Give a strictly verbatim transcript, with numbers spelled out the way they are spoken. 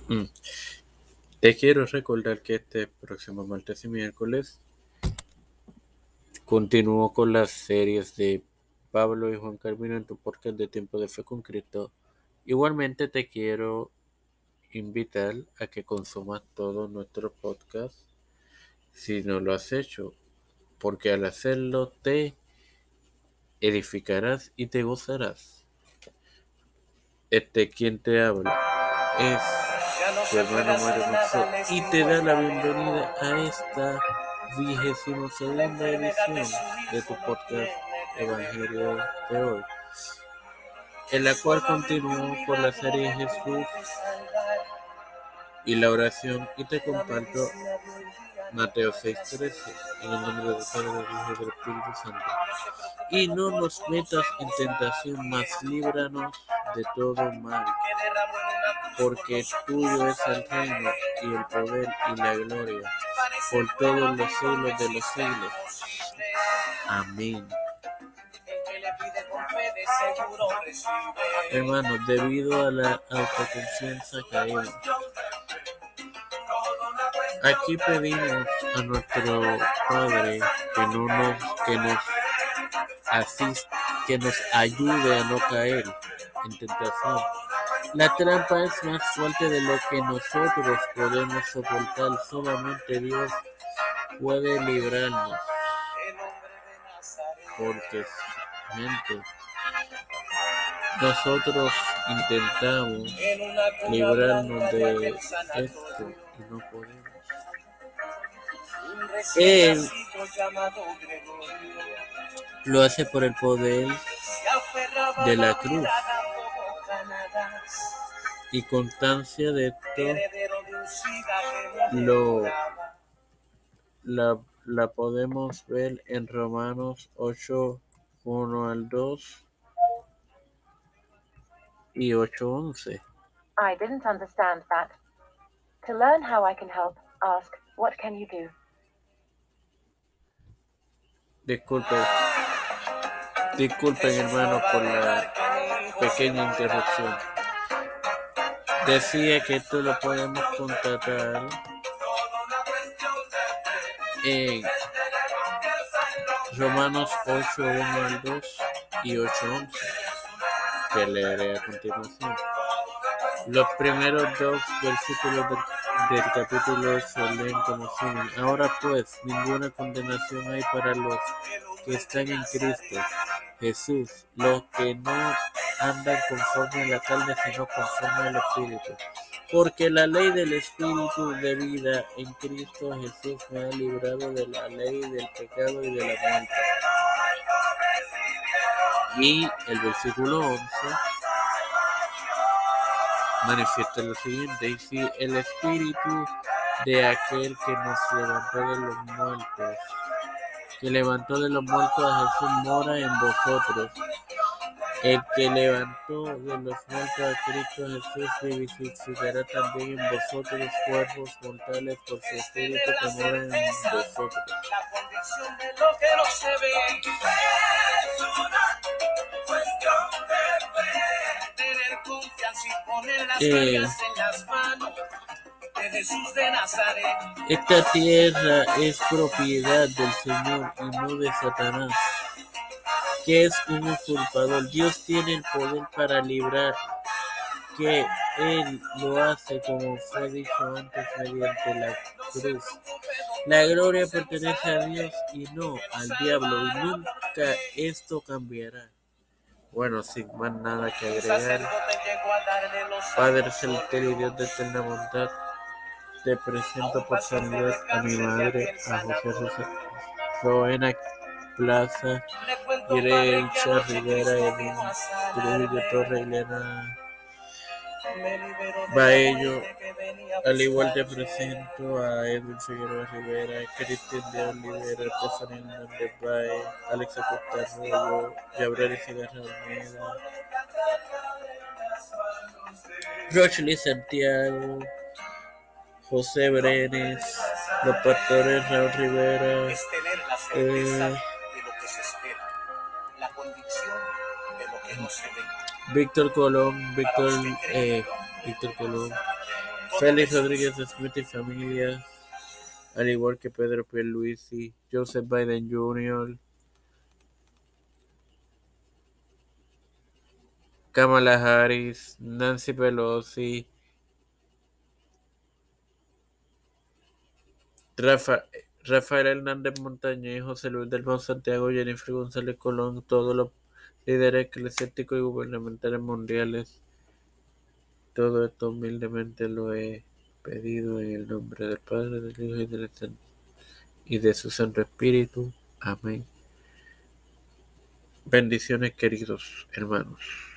Mm. Te quiero recordar que este próximo martes y miércoles continúo con las series de Pablo y Juan Carvino en tu podcast de Tiempo de Fe con Cristo. Igualmente te quiero invitar a que consumas todos nuestros podcasts si no lo has hecho, porque al hacerlo te edificarás y te gozarás. Este quien te habla es tu hermano Mario Maxo y te da la bienvenida a esta vigésimo segunda edición de tu podcast Evangelio de hoy, en la cual continúo con la serie Jesús y la oración y te comparto Mateo seis trece, en el nombre del Padre, del Hijo y del Espíritu Santo. Y no nos metas en tentación, mas líbranos de todo mal, porque tuyo es el reino y el poder y la gloria por todos los siglos de los siglos. Amén. Hermanos, debido a la autoconfianza caemos. Aquí pedimos a nuestro Padre que no nos, que nos asista, que nos ayude a no caer en tentación. La trampa es más fuerte de lo que nosotros podemos soportar. Solamente Dios puede librarnos. Porque, gente, nosotros intentamos librarnos de esto y no podemos. Él lo hace por el poder de la cruz. Y constancia de esto lo, la, la podemos ver en Romanos ocho, uno al dos y ocho, once. I didn't understand that. To learn how I can help, ask, what can you do? Disculpen, disculpen hermanos por la pequeña interrupción. Decía que esto lo podemos contratar en Romanos ocho, uno al dos y ocho, once, que leeré a continuación. Los primeros dos versículos del, del capítulo ocho leen como siguen. Ahora pues, ninguna condenación hay para los que están en Cristo Jesús, los que no andan conforme a la carne, sino conforme al Espíritu. Porque la ley del Espíritu de vida en Cristo Jesús me ha librado de la ley del pecado y de la muerte. Y el versículo once manifiesta lo siguiente: y si el Espíritu de aquel que nos levantó de los muertos, que levantó de los muertos a Jesús, mora en vosotros, el que levantó de los muertos a Cristo Jesús vivificará también en vosotros cuerpos mortales por su Espíritu que mora en vosotros. Eh, esta tierra es propiedad del Señor y no de Satanás, que es un usurpador. Dios tiene el poder para librar, que Él lo hace, como fue dicho antes, mediante la cruz. La gloria pertenece a Dios y no al diablo, y nunca esto cambiará. Bueno, sin más nada que agregar, Padre celestial y Dios de eterna bondad, te presento por sanidad a mi madre, a José José Rowena Plaza, Irecha Rivera, Edwin Trujillo Torre, Elena Baello. Al igual te presento a Edwin Figueroa Rivera, Cristian de Olivera, Stephanie Hernández Bae, Alex Acosta Arroyo, Gabriel Cigarra Almeida, Rochley Santiago, José Brenes, los pastores Raúl Rivera, eh, Víctor Colón, Víctor, eh, Víctor Colón, Félix Rodríguez Smith y familia, al igual que Pedro Pierluisi, Joseph Biden junior, Kamala Harris, Nancy Pelosi, Rafa- Rafael Hernández Montañez, José Luis del Monte Santiago, Jennifer González Colón, todos los líderes eclesiásticos y gubernamentales mundiales. Todo esto humildemente lo he pedido en el nombre del Padre, del Hijo y del Santo y de su Santo Espíritu. Amén. Bendiciones, queridos hermanos.